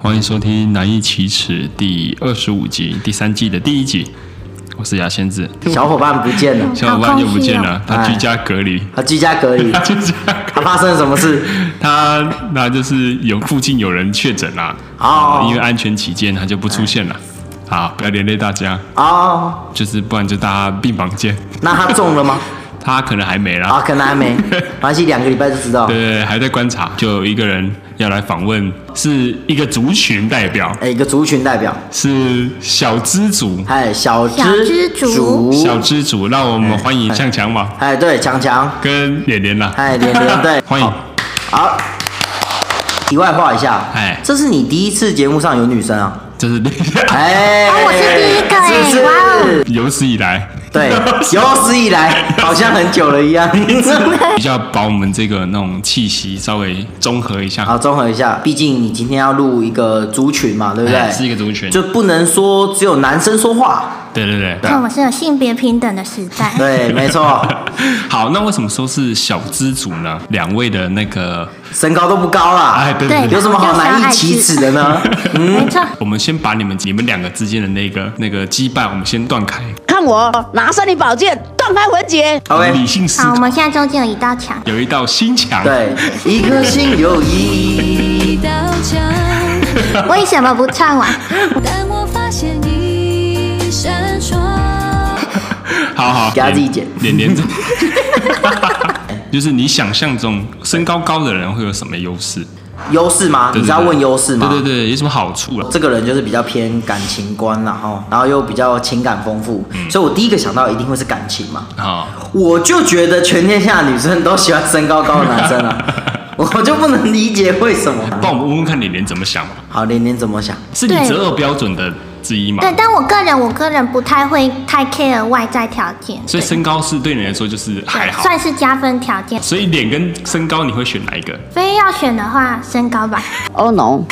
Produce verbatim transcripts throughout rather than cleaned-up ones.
欢迎收听《难易启齿》第二十五集，第三季的第一集。我是牙仙子， 小伙伴不见了， 小伙伴又不见了，他居家隔离， 他居家隔离， 他居家， 他发生了什么事？ 他那就是有附近有人确诊啦，哦，因为安全起见，他就不出现了。好，不要连累大家哦，就是不然就大家病房见。 那他中了吗？ 他可能还没啦， 啊，可能还没，没关系，两个礼拜就知道。 对对，还在观察。就有一个人要来访问，是一个族群代表， 哎，一个族群代表是小资族， 哎，小资族， 小资族，让我们欢迎强强嘛， 哎，对，强强跟连连啦， 哎，连连，对， 欢迎。 好，题外话一下，哎，这是你第一次节目上有女生啊？ 这是哎， 我是第一个哎， 是不是？ 有史以来。 对，有史以来好像很久了一样， 比较把我们这个那种气息稍微综合一下。 好，综合一下，毕竟你今天要录一个族群嘛，对不对？ 哎、是一个族群， 就不能说只有男生说话。 对对对， 看我们是有性别平等的时代。 对，没错。 好，那为什么说是小资族呢？两位的那个身高都不高啦， 哎，对 对, 对，有什么好难以启齿的呢？ 嗯，没错。 我们先把你们你们两个之间的那个那个羁绊，我们先断开。 看我拿生理保健断开环节。 OK， 理性思考。 好，我们现在中间有一道墙， 有一道心墙。 对，一颗心有一道墙。为什么不唱完？ 但我发现一扇窗。 好好， 给他自己剪， 连连着。就是你想象中身高高的人会有什么优势？ 优势吗？你是要问优势吗？ 对对对，有什么好处啊？ 这个人就是比较偏感情观，然后然后又比较情感丰富，嗯、所以我第一个想到一定会是感情嘛。啊、哦，我就觉得全天下的女生都喜欢身高高的男生啊。我就不能理解为什么。 帮我们问问看连连怎么想嘛。 好，连连怎么想？ 是你择偶标准的之一嘛？ 对，但我个人，我个人不太会太 care 外在条件， 所以身高是对你来说就是还好， 算是加分条件。 所以脸跟身高你会选哪一个？ 非要选的话，身高吧。 Oh no，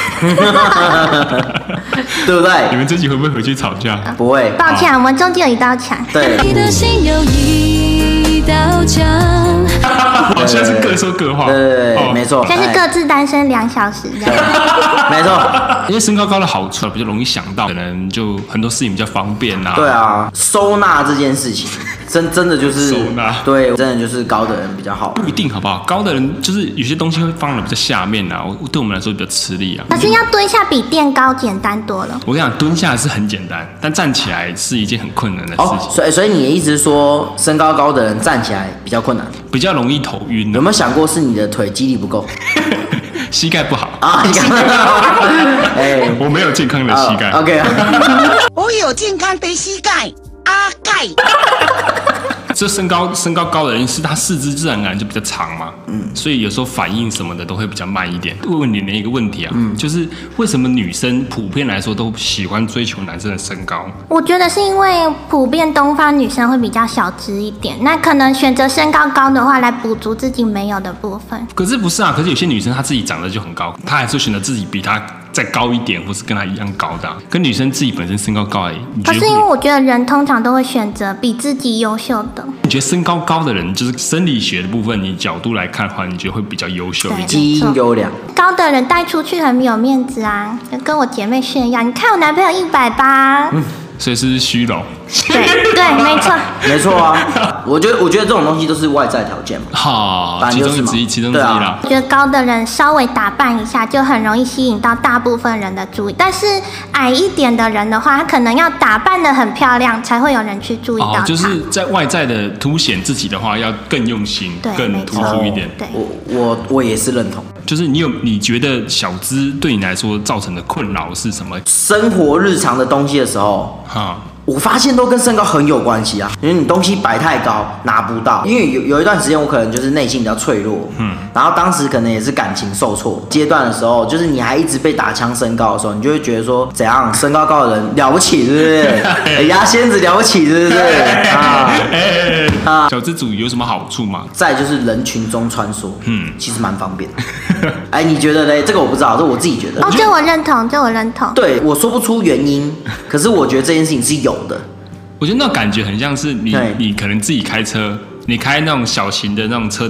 对不对？ 你们这集会不会回去吵架？ 不会。 抱歉，我们中间有一道墙。 对。 你的心有一道墙。 好像是各说各话。 对对对，没错。 但是各自单身两小时这样。 没错。 因为身高高的好处比较容易想到，可能就很多事情比较方便啊。 对啊，收纳这件事情，真真的就是收纳。 对，真的就是高的人比较好。 不一定好不好？高的人就是有些东西会放的比较下面啊，对我们来说比较吃力啊。 可是要蹲下比垫高简单多了。 我跟你讲，蹲下是很简单，但站起来是一件很困难的事情。 哦，所以所以你的意思是说，身高高的人站起来比较困难， 比较容易头晕、啊。 有没有想过是你的腿肌力不够？ 膝盖不好啊！ 哎，我没有健康的膝盖。 Uh, OK， 我有健康的膝盖，阿盖。 这身高身高高的人是他四肢自然而然就比较长嘛，嗯，所以有时候反应什么的都会比较慢一点。问你的一个问题啊，嗯，就是为什么女生普遍来说都喜欢追求男生的身高？ 我觉得是因为普遍东方女生会比较小只一点，那可能选择身高高的话来补足自己没有的部分。 可是不是啊？可是有些女生她自己长得就很高，她还是选择自己比她再高一点，或是跟她一样高的、啊，跟女生自己本身身高高而已。 可是因为我觉得人通常都会选择比自己优秀的。 你觉得身高高的人，就是生理学的部分，你角度来看的话，你觉得会比较优秀一点？ 基因优良。 高的人带出去很有面子啊，就跟我姐妹炫耀，你看我男朋友一百八。嗯， 所以是虚荣。 对对，没错， 没错啊。我觉得，我觉得这种东西都是外在条件嘛。 好，其中之一，其中之一啦。 我觉得高的人稍微打扮一下，就很容易吸引到大部分人的注意。但是矮一点的人的话，他可能要打扮得很漂亮，才会有人去注意到他。 哦，就是在外在的凸显自己的话，要更用心，更突出一点。 对， 我我我也是认同。 就是你有你觉得小资对你来说造成的困扰是什么？ 生活日常的东西的时候，哈。我发现都跟身高很有关系啊，因为你东西摆太高拿不到。因为有有一段时间我可能就是内心比较脆弱，嗯，然后当时可能也是感情受挫阶段的时候，就是你还一直被打枪身高的时候，你就会觉得说怎样身高高的人了不起，是不是？牙仙子了不起，是不是？啊啊！小资主有什么好处吗？ 再就是人群中穿梭，嗯，其实蛮方便的。哎，你觉得嘞？这个我不知道，这我自己觉得。 哦，这我认同，这我认同。 对，我说不出原因，可是我觉得这件事情是有的。 我觉得那感觉很像是你，你可能自己开车，你开那种小型的那种车子，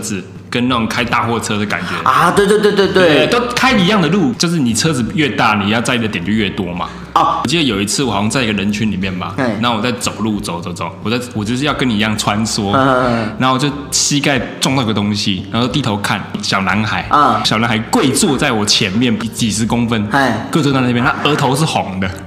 跟那种开大货车的感觉啊，对对对对对， 都开一样的路，就是你车子越大，你要在意的点就越多嘛。 哦， 我记得有一次我好像在一个人群里面吧，然后我在走路走走走，我在我就是要跟你一样穿梭，嗯、然后我就膝盖撞到一个东西，然后低头看小男孩，嗯、小男孩跪坐在我前面几十公分，跪坐在那边，他额头是红的。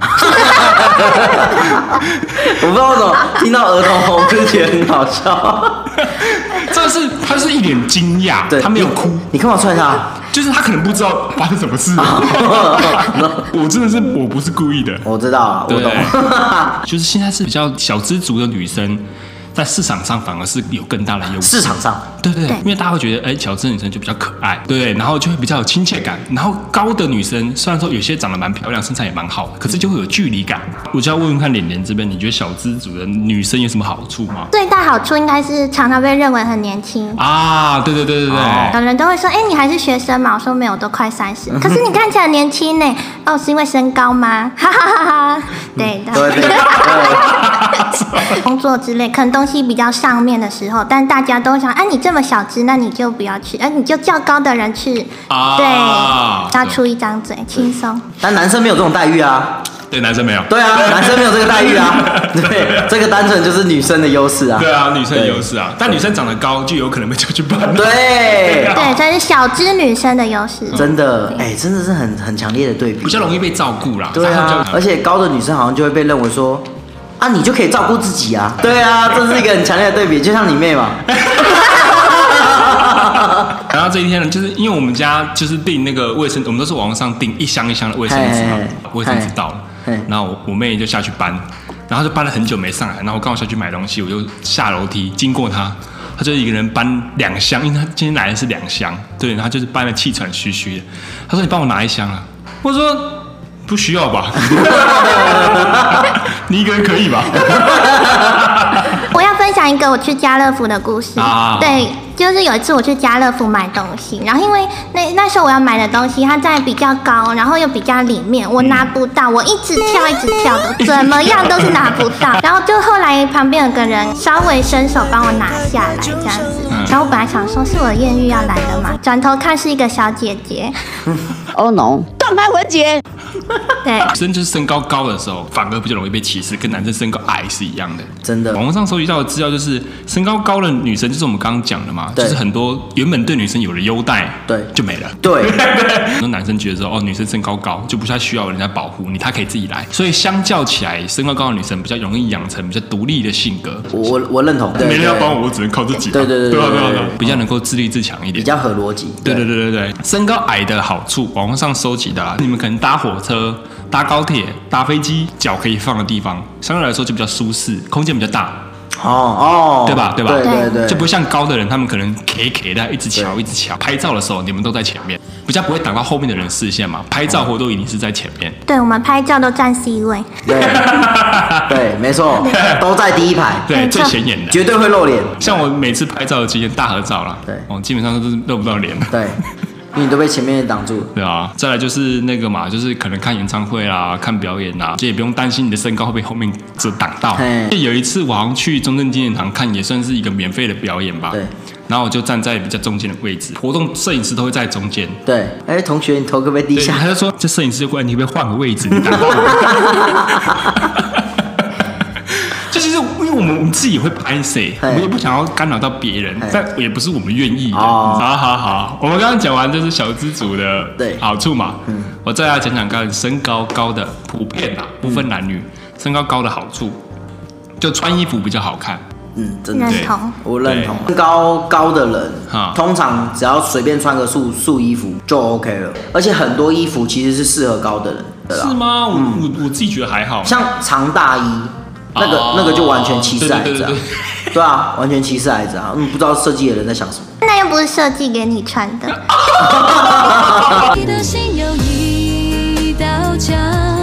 我不知道为什么听到额头红就觉得很好笑。 这是他是一脸惊讶，他没有哭。 你, 你干嘛踹他？ 就是他可能不知道发生什么事。我真的是我不是故意的。 我知道，我懂。 就是现在是比较小资族的女生。在市场上反而是有更大的优势。 市场上， 对对对，因为大家会觉得，哎，小资女生就比较可爱，对，然后就会比较有亲切感。然后高的女生，虽然说有些长得蛮漂亮，身材也蛮好的，可是就会有距离感。我就要问问看脸脸这边，你觉得小资族的女生有什么好处吗？ 最大好处应该是常常被认为很年轻啊，对对对对对。哦、 有人都会说，哎，你还是学生嘛？我说没有，我都快三十，可是你看起来很年轻呢。哦，是因为身高吗？哈哈哈哈。对的。对对对。工作之类，可能东西比较上面的时候，但大家都想，哎、啊，你这么小只，那你就不要去，哎、啊，你就叫高的人去，啊、对，要出一张嘴，轻松。 但男生没有这种待遇啊。 对，男生没有。 对啊，男生没有这个待遇啊。对，这个单纯就是女生的优势啊。 对啊，女生的优势啊。但女生长得高，就有可能被叫去办。 对。 对，这是小只女生的优势。 真的，哎、欸，真的是很很强烈的对比。 比较容易被照顾啦。 对啊，而且高的女生好像就会被认为说。啊，你就可以照顾自己啊！对啊，这是一个很强烈的对比，就像你妹嘛。 然后这一天呢，就是因为我们家就是订那个卫生，我们都是网络上订一箱一箱的卫生纸嘛，卫生纸到了，然后 我, 我妹就下去搬，然后就搬了很久没上来，然后我刚好下去买东西，我就下楼梯经过她，她就一个人搬两箱，因为她今天来的是两箱，对，然后就是搬了气喘吁吁的。她说：“你帮我拿一箱啊。”我说。不需要吧？你一个人可以吧？ 我要分享一个我去家乐福的故事。啊、对，就是有一次我去家乐福买东西，然后因为那那时候我要买的东西它在比较高，然后又比较里面，我拿不到，我一直跳一直跳的，怎么样都是拿不到。然后就后来旁边有个人稍微伸手帮我拿下来这样子，然后我本来想说是我的艳遇要来了嘛，转头看是一个小姐姐。 Oh no！ 断开环节。 对， 女生就是身高高的时候，反而比较容易被歧视，跟男生身高矮是一样的。 真的， 网络上收集到的资料就是，身高高的女生，就是我们刚刚讲的嘛，就是很多原本对女生有的优待， 对， 就没了。 对， 很多男生觉得说，哦，女生身高高就不太需要人家保护你，她可以自己来。所以相较起来，身高高的女生比较容易养成比较独立的性格。 我我认同， 没人要帮我，我只能靠自己。 对对对对对， 比较能够自立自强一点， 比较合逻辑。 对对对对对，身高矮的好处，网络上收集的啦，你们可能搭火车。搭高铁、搭飞机，脚可以放的地方，相对来说就比较舒适，空间比较大。 哦哦， 对吧？对吧？ 对对对， 就不像高的人，他们可能 K K 的，一直瞧，一直瞧。拍照的时候，你们都在前面，比较不会挡到后面的人视线嘛。拍照活动一定是在前面。 对，我们拍照都站 C 位。 对，对，没错，都在第一排。 对，最显眼的， 绝对会露脸。 像我每次拍照的经验，大合照啦，对，哦，基本上都是露不到脸。 对。因为你都被前面人挡住了。 对啊，再来就是那个嘛，就是可能看演唱会啦、看表演啦，就也不用担心你的身高会被后面遮挡到。有一次我好像去中正纪念堂看，也算是一个免费的表演吧。对。然后我就站在比较中间的位置，活动摄影师都会在中间。 对。哎，同学，你头可不可以低下？ 他就说，这摄影师就过来，你可不可以换个位置？你挡到我。就其实因为我们我们自己也会拍谁，我们也不想要干扰到别人，但也不是我们愿意的。好好好，我们刚刚讲完就是小资族的好处嘛，嗯，我再来讲讲看身高高的普遍啦，不分男女，身高高的好处，就穿衣服比较好看。 嗯，真的认同， 我认同。身高高的人，通常只要随便穿个素素衣服就 OK 了，而且很多衣服其实是适合高的人的啦。 是吗？我我我自己觉得还好， 像长大衣。那个、哦、那个就完全歧视矮子啊，对, 对, 对, 对, 对啊，完全歧视矮子啊！嗯，不知道设计的人在想什么。 那又不是设计给你穿的。 你的心有一道墙。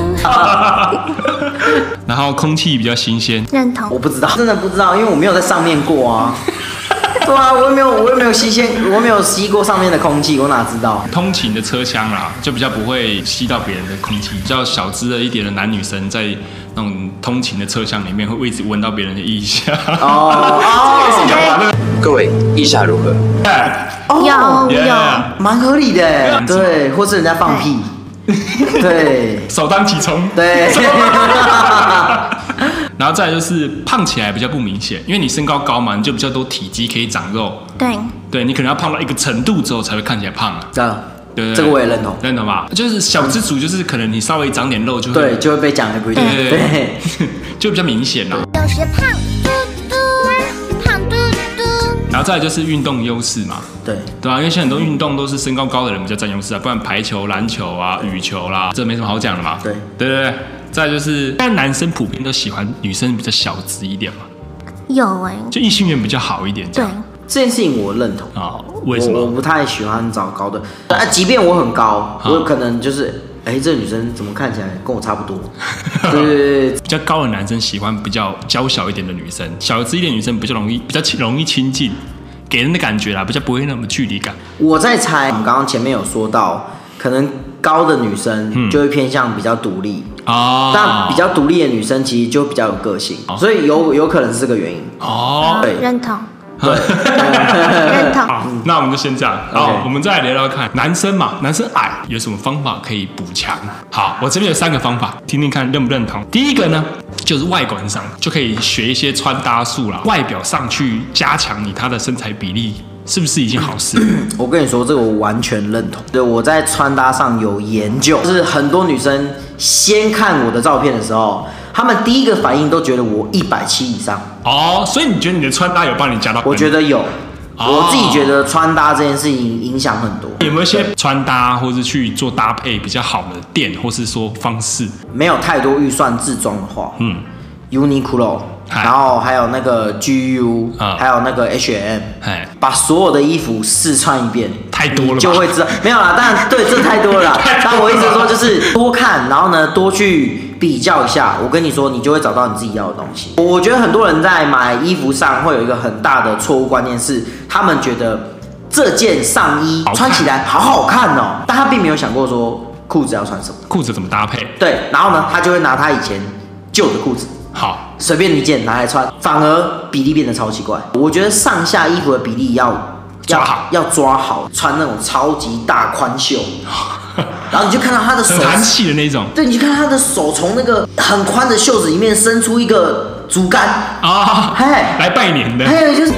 然后空气比较新鲜。 认同。 我不知道，真的不知道，因为我没有在上面过啊。对啊，我又没有，我又没有吸鲜，我没有吸过上面的空气，我哪知道？ 通勤的车厢啦，就比较不会吸到别人的空气。比较小资的一点的男女生，在那种通勤的车厢里面，会一直闻到别人的腋下。哦哦，这个是有啊。 各位意下如何？ 有有， 蛮合理的，对，或是人家放屁，对， 首当其冲， 对。 然后再来就是胖起来比较不明显，因为你身高高嘛，你就比较多体积可以长肉。 对， 对你可能要胖到一个程度之后才会看起来胖啊。 这样， 对对， 这个我也认同， 认同吧？就是小资族，就是可能你稍微长点肉就会， 对，就会被讲的不一定，对， 就比较明显啦。 就是胖嘟嘟，胖嘟嘟。 然后再来就是运动优势嘛， 对对吧？因为现在很多运动都是身高高的人比较占优势啊，不然排球、篮球啊、羽球啦，这没什么好讲的嘛。 对对对对。再来就是，但男生普遍都喜欢女生比较小只一点嘛， 有哎、欸， 就异性缘比较好一点。 对， 这件事情我认同啊、哦，为什么？ 我, 我不太喜欢找高的，啊，即便我很高，哦、我可能就是，哎、欸，这个女生怎么看起来跟我差不多？对对对， 比较高的男生喜欢比较娇小一点的女生，小只一点的女生比较容易比较容易亲近，给人的感觉啦，比较不会那么距离感。 我在猜，我们刚刚前面有说到，可能高的女生就会偏向比较独立。嗯哦，但比较独立的女生其实就比较有个性，哦、所以有有可能是这个原因。 哦， 对， 认同。 对， 认同。 好，那我们就先这样。好，我们再来聊聊看，男生嘛，男生矮有什么方法可以补强？好，我这边有三个方法，听听看认不认同。第一个呢，就是外观上就可以学一些穿搭术啦，外表上去加强你他的身材比例。是不是一件好事？ 我跟你说，这个我完全认同。对，我在穿搭上有研究，就是很多女生先看我的照片的时候，她们第一个反应都觉得我一百七以上。 哦，所以你觉得你的穿搭有帮你加到？ 我觉得有。哦、我自己觉得穿搭这件事情影响很多。 有没有一些穿搭或是去做搭配比较好的店，或是说方式？ 没有太多预算自装的话，嗯 ，Uniqlo。然后还有那个 G U，、嗯、还有那个 H and M， 把所有的衣服试穿一遍， 太多了吧， 就会知道。没有啦，当然对，这太多了啦。但我一直说就是多看，然后呢多去比较一下。我跟你说，你就会找到你自己要的东西。我觉得很多人在买衣服上会有一个很大的错误观念是，他们觉得这件上衣穿起来好好看哦，但他并没有想过说裤子要穿什么， 裤子怎么搭配。 对，然后呢，他就会拿他以前旧的裤子。 好， 随便一件拿来穿，反而比例变得超奇怪。我觉得上下衣服的比例要抓好， 要抓好，穿那种超级大宽袖，然后你就看到他的手很韩系的那种， 对，你就看到他的手从那个很宽的袖子里面伸出一个竹竿啊，嘿，来拜年的， 还有就是。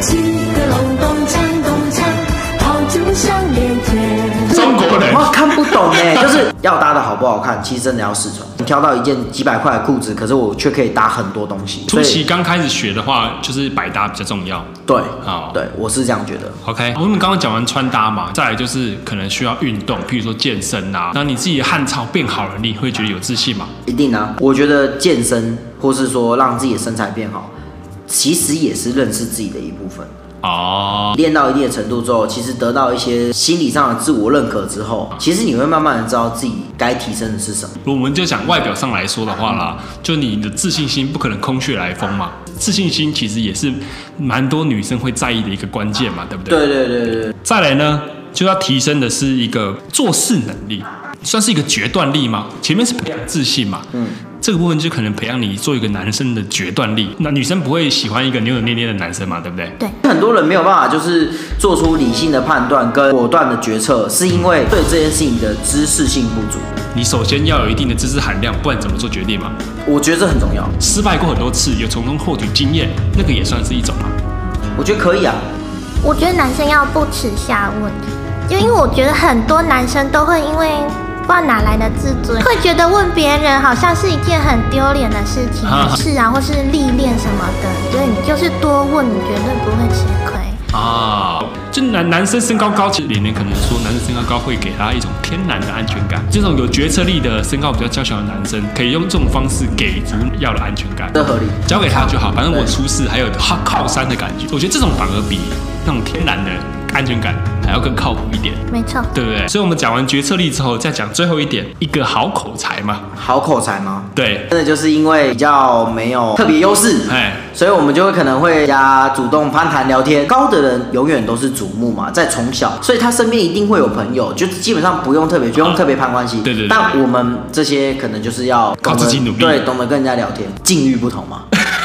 中国人， 我看不懂哎，就是要搭的好不好看，其实真的要试穿。你挑到一件几百块的裤子，可是我却可以搭很多东西。 初期刚开始学的话，就是百搭比较重要。 对，好，对，我是这样觉得。 OK， 我们刚刚讲完穿搭嘛，再来就是可能需要运动，譬如说健身啊。那你自己的汗臭变好了，你会觉得有自信吗？ 一定啊，我觉得健身或是说让自己的身材变好，其实也是认识自己的一部分。哦，练到一定的程度之后，其实得到一些心理上的自我认可之后，其实你会慢慢的知道自己该提升的是什么。 我们就讲外表上来说的话啦，就你的自信心不可能空穴来风嘛。自信心其实也是蛮多女生会在意的一个关键嘛，对不对？ 对对对对。 再来呢，就要提升的是一个做事能力，算是一个决断力嘛。前面是培养自信嘛，嗯。这个部分就可能培养你做一个男生的决断力。那女生不会喜欢一个扭扭捏捏的男生嘛，对不对？ 对。 很多人没有办法就是做出理性的判断跟果断的决策，是因为对这件事情的知识性不足。 你首先要有一定的知识含量，不然怎么做决定嘛？ 我觉得这很重要。 失败过很多次，有从中获取经验，那个也算是一种嘛。 我觉得可以啊。 我觉得男生要不耻下问，就因为我觉得很多男生都会因为。不知道哪来的自尊，会觉得问别人好像是一件很丢脸的事情，是啊，或是历练什么的，所以你就是多问，你绝对不会吃亏啊。就男男生身高高，其实里面可能说男生身高高会给他一种天然的安全感。这种有决策力的身高比较娇小的男生，可以用这种方式给足要的安全感， 这合理， 交给他就好。反正我出事还有靠靠山的感觉，我觉得这种反而比那种天然的安全感还要更靠谱一点， 没错， 对不对？所以我们讲完决策力之后，再讲最后一点，一个好口才嘛。 好口才吗？ 对， 真的就是因为比较没有特别优势，哎，所以我们就会可能会加主动攀谈聊天。高的人永远都是瞩目嘛，在从小，所以他身边一定会有朋友，就基本上不用特别不用特别攀关系。 对对对。 但我们这些可能就是要靠自己努力， 对，懂得跟人家聊天，境遇不同嘛。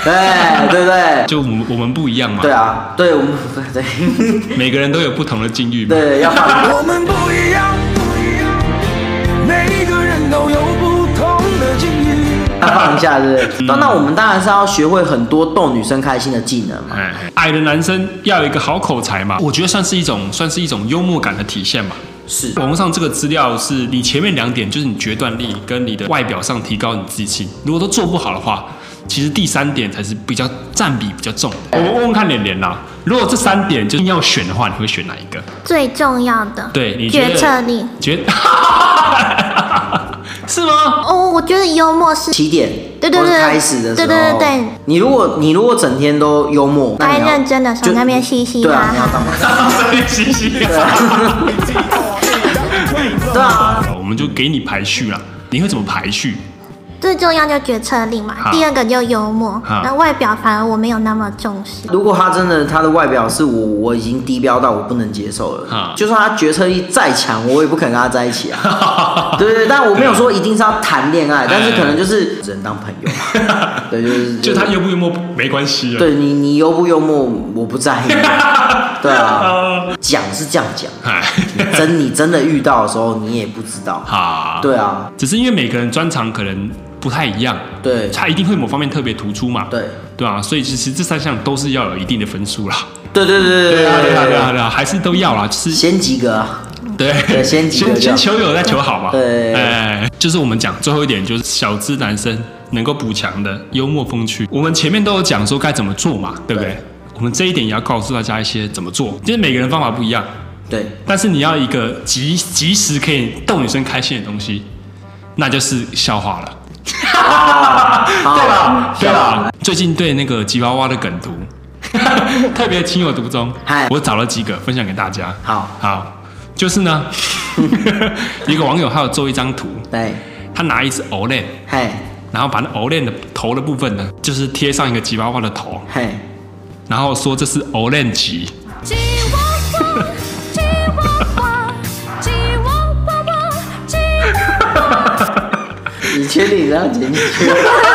对对对， 就我们我们不一样嘛。 对啊，对我们对， 每个人都有不同的境遇嘛。 对，要放。 我们不一样，不一样，每个人都有不同的境遇。 要放一下，是不是？嗯、那我们当然是要学会很多逗女生开心的技能嘛。 哎，矮的男生要有一个好口才嘛，我觉得算是一种算是一种幽默感的体现嘛。 是， 网络上这个资料是你前面两点，就是你决断力跟你的外表上提高你自信，如果都做不好的话，其实第三点才是比较占比比较重。我们问问看连连啦，如果这三点就要选的话，你会选哪一个？ 最重要的， 对，你觉得决策力， 决是吗？ 哦，我觉得幽默是起点， 对对对， 开始的时候， 对对对对， 你如果你如果整天都幽默， 该认真的时候那边嘻嘻哈哈， 对啊，你要干嘛？ 那边嘻嘻哈哈。 对啊， 我们就给你排序啦，你会怎么排序？ 最重要就决策力嘛，第二个就幽默，那外表反而我没有那么重视。 如果他真的他的外表是我我已经低标到我不能接受了，就算他决策力再强，我也不肯跟他在一起啊。对对，但我没有说一定是要谈恋爱，但是可能就是只能当朋友嘛。对，就是就他幽不幽默没关系了。 对你你幽不幽默我不在意。对啊，讲是这样讲，真你真的遇到的时候你也不知道。对啊， 只是因为每个人专长可能不太一样， 对， 他一定会某方面特别突出嘛， 对， 对啊，所以其实这三项都是要有一定的分数啦。 对对对对对啊对啊对啊对啊，还是都要啦，就是先及格啊。 对， 对先及格， 先求有再求好嘛。 对， 哎，就是我们讲最后一点，就是小资男生能够补强的幽默风趣。我们前面都有讲说该怎么做嘛，对不对？我们这一点也要告诉大家一些怎么做，就是每个人方法不一样， 对， 但是你要一个及及时可以逗女生开心的东西，那就是笑话了。 啊、 对吧？对吧？最近对那个吉娃娃的梗图特别情有独钟，我找了几个分享给大家。 好， 好，就是呢，一个网友他有做一张图， 对， 他拿一只藕链， 嘿， 然后把那藕链的头的部分呢，就是贴上一个吉娃娃的头， 嘿， 然后说这是藕链吉。吉娃娃，吉娃娃，吉娃娃，吉娃娃。 你确定你要剪进去？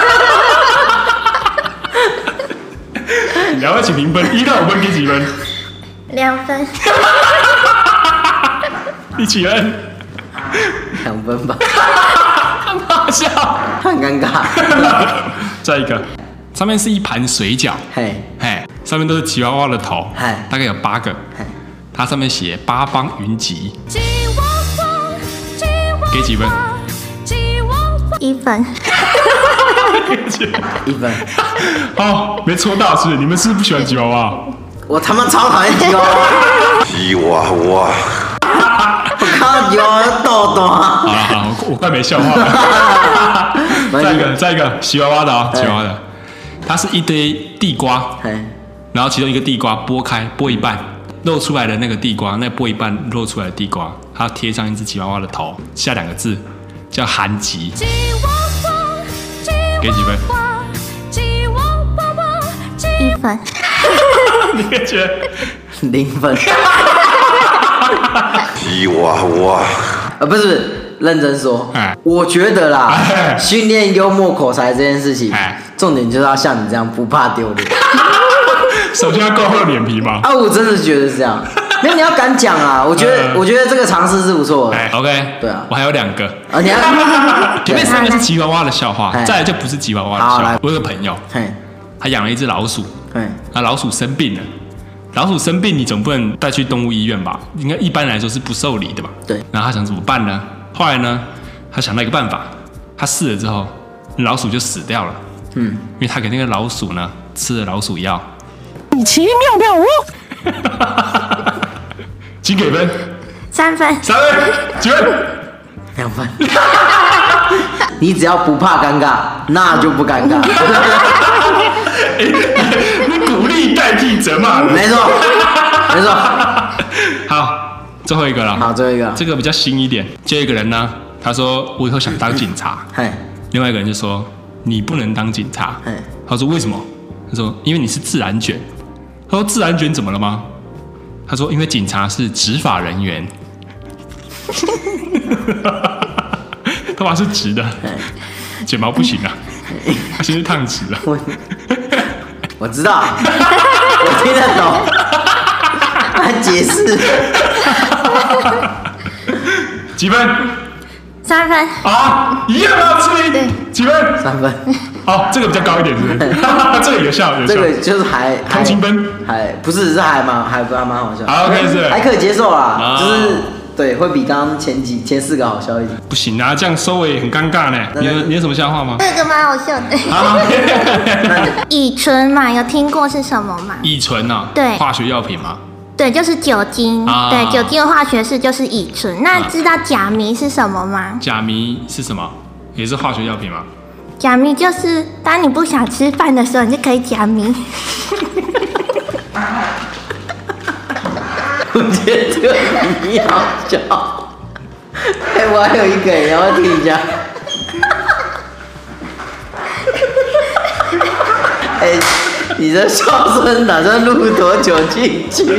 两位请评分，一到五分给几分？ 两分。 你几分？ 两分吧。 好笑， 很尴尬。 再一个，上面是一盘水饺， 嘿， 嘿，上面都是吉娃娃的头， 嘿， 大概有八个，嘿，它上面写八方云集，给几分？ 一分。 一分。 哦，没戳到是不是？你们是不是不喜欢吉娃娃？ 我他妈超讨厌吉娃娃。 吉娃娃。 我看到吉娃娃就抖抖啊。 好了好，我快没笑话了。再一个，再一个，吉娃娃的啊，吉娃娃的，它是一堆地瓜，然后其中一个地瓜剥开，剥一半，露出来的那个地瓜，那剥一半露出来的地瓜，它贴上一只吉娃娃的头，下两个字叫韩吉。给几分？ 一分。 你感觉？ 零分。 吉娃娃。 呃，不是不是，认真说，我觉得啦，训练幽默口才这件事情，重点就是要像你这样不怕丢脸。 首先要够厚脸皮嘛。 啊，我真的觉得是这样。没有，你要敢讲啊！我觉得，我觉得这个尝试是不错的。 OK， 对啊， 我还有两个。 啊，你要前面三个是吉娃娃的笑话，再来就不是吉娃娃的笑话。我有个朋友，他养了一只老鼠，那老鼠生病了，老鼠生病你总不能带去动物医院吧？应该一般来说是不受理的吧？ 对。 然后他想怎么办呢？后来呢，他想到一个办法，他试了之后，老鼠就死掉了。嗯，因为他给那个老鼠呢吃了老鼠药。 你奇妙妙哦！ 请给分。 三分。 三分。几分？ 两分。你只要不怕尴尬，那就不尴尬。 你鼓励代替责骂。 没错，没错。 好，最后一个了。 好，最后一个。 这个比较新一点。就一个人呢，他说我以后想当警察。另外一个人就说你不能当警察。他说为什么？他说因为你是自然卷。他说自然卷怎么了吗？他说因为警察是执法人员。头发是直的，卷毛不行啊，他先是烫直了。 我知道，我听得懂。来解释。 几分？ 三分。 啊，一样啊，是对， 几分？ 三分。 哦，这个比较高一点，是不是？这个有效，有效。 这个就是还同情分， 还不是，是还蛮还还蛮好笑。 好 ，OK 是， 还可以接受啦， 啊、 就是对，会比刚刚前几前四个好笑一点。 不行啊，这样收尾很尴尬呢。你有你有什么笑话吗？ 这个蛮好笑的。 啊， 乙醇嘛，有听过是什么吗？ 乙醇啊， 对， 化学药品嘛。 对，就是酒精。啊、对，酒精的化学式就是乙醇。那知道甲醚是什么吗？ 甲醚是什么？也是化学药品吗？ 甲醚就是当你不想吃饭的时候，你就可以甲醚。 我觉得这个谜好笑。哎、欸，我还有一个，你要不要听一下？哎、欸，你的笑声打算录多久进去？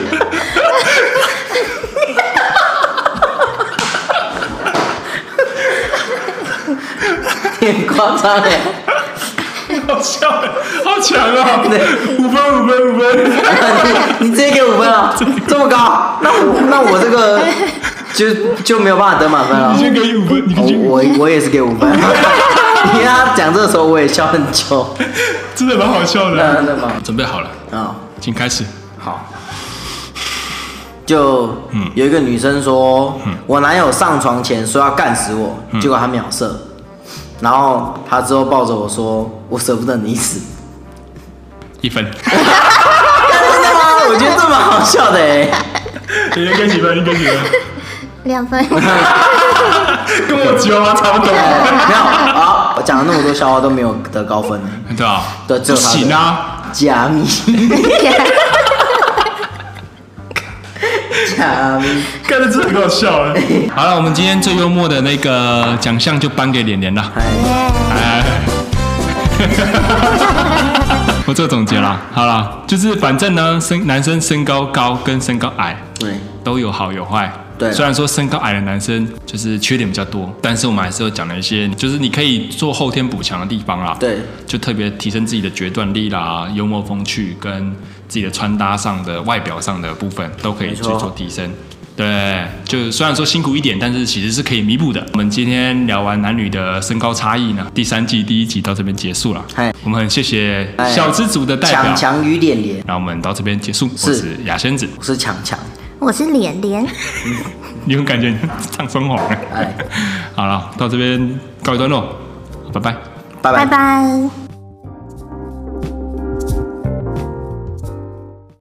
挺夸张哎， 好笑哎，好强啊！五分五分五分， 你你直接给五分啊？这么高？那我那我这个就就没有办法得满分了。 你先给五分，你先我我也是给五分。因为他讲这个时候我也笑很久， 真的蛮好笑的。 真的吗？ 准备好了啊，请开始。 好。就嗯，有一个女生说，嗯、我男友上床前说要干死我，嗯、结果他秒射。然后他之后抱着我说：“我舍不得你死。” 一分。 真的吗？我觉得这蛮好笑的哎。 你应该几分？应该几分？ 两分。 跟我九啊差不多。 没有好，我讲了那么多笑话都没有得高分。 对啊。 对，只有他的。 行啊。 加密。假咪， 看得真的很好笑哎！好了，我们今天最幽默的那个奖项就颁给连连了。哎，我做总结了。好了，就是反正呢，身男生身高高跟身高矮，对，都有好有坏。对，虽然说身高矮的男生就是缺点比较多，但是我们还是有讲了一些，就是你可以做后天补强的地方啦。对，就特别提升自己的决断力啦、幽默风趣跟自己的穿搭上的、外表上的部分都可以去做提升。对，就虽然说辛苦一点，但是其实是可以弥补的。我们今天聊完男女的身高差异呢，第三季第一集到这边结束了。我们很谢谢小资族的代表强强与连连， 那我们到这边结束。我是雅仙子， 我是强强。 我是连连， 你有感觉唱双簧了？哎，好了，到这边告一段落，拜拜， 拜拜拜拜。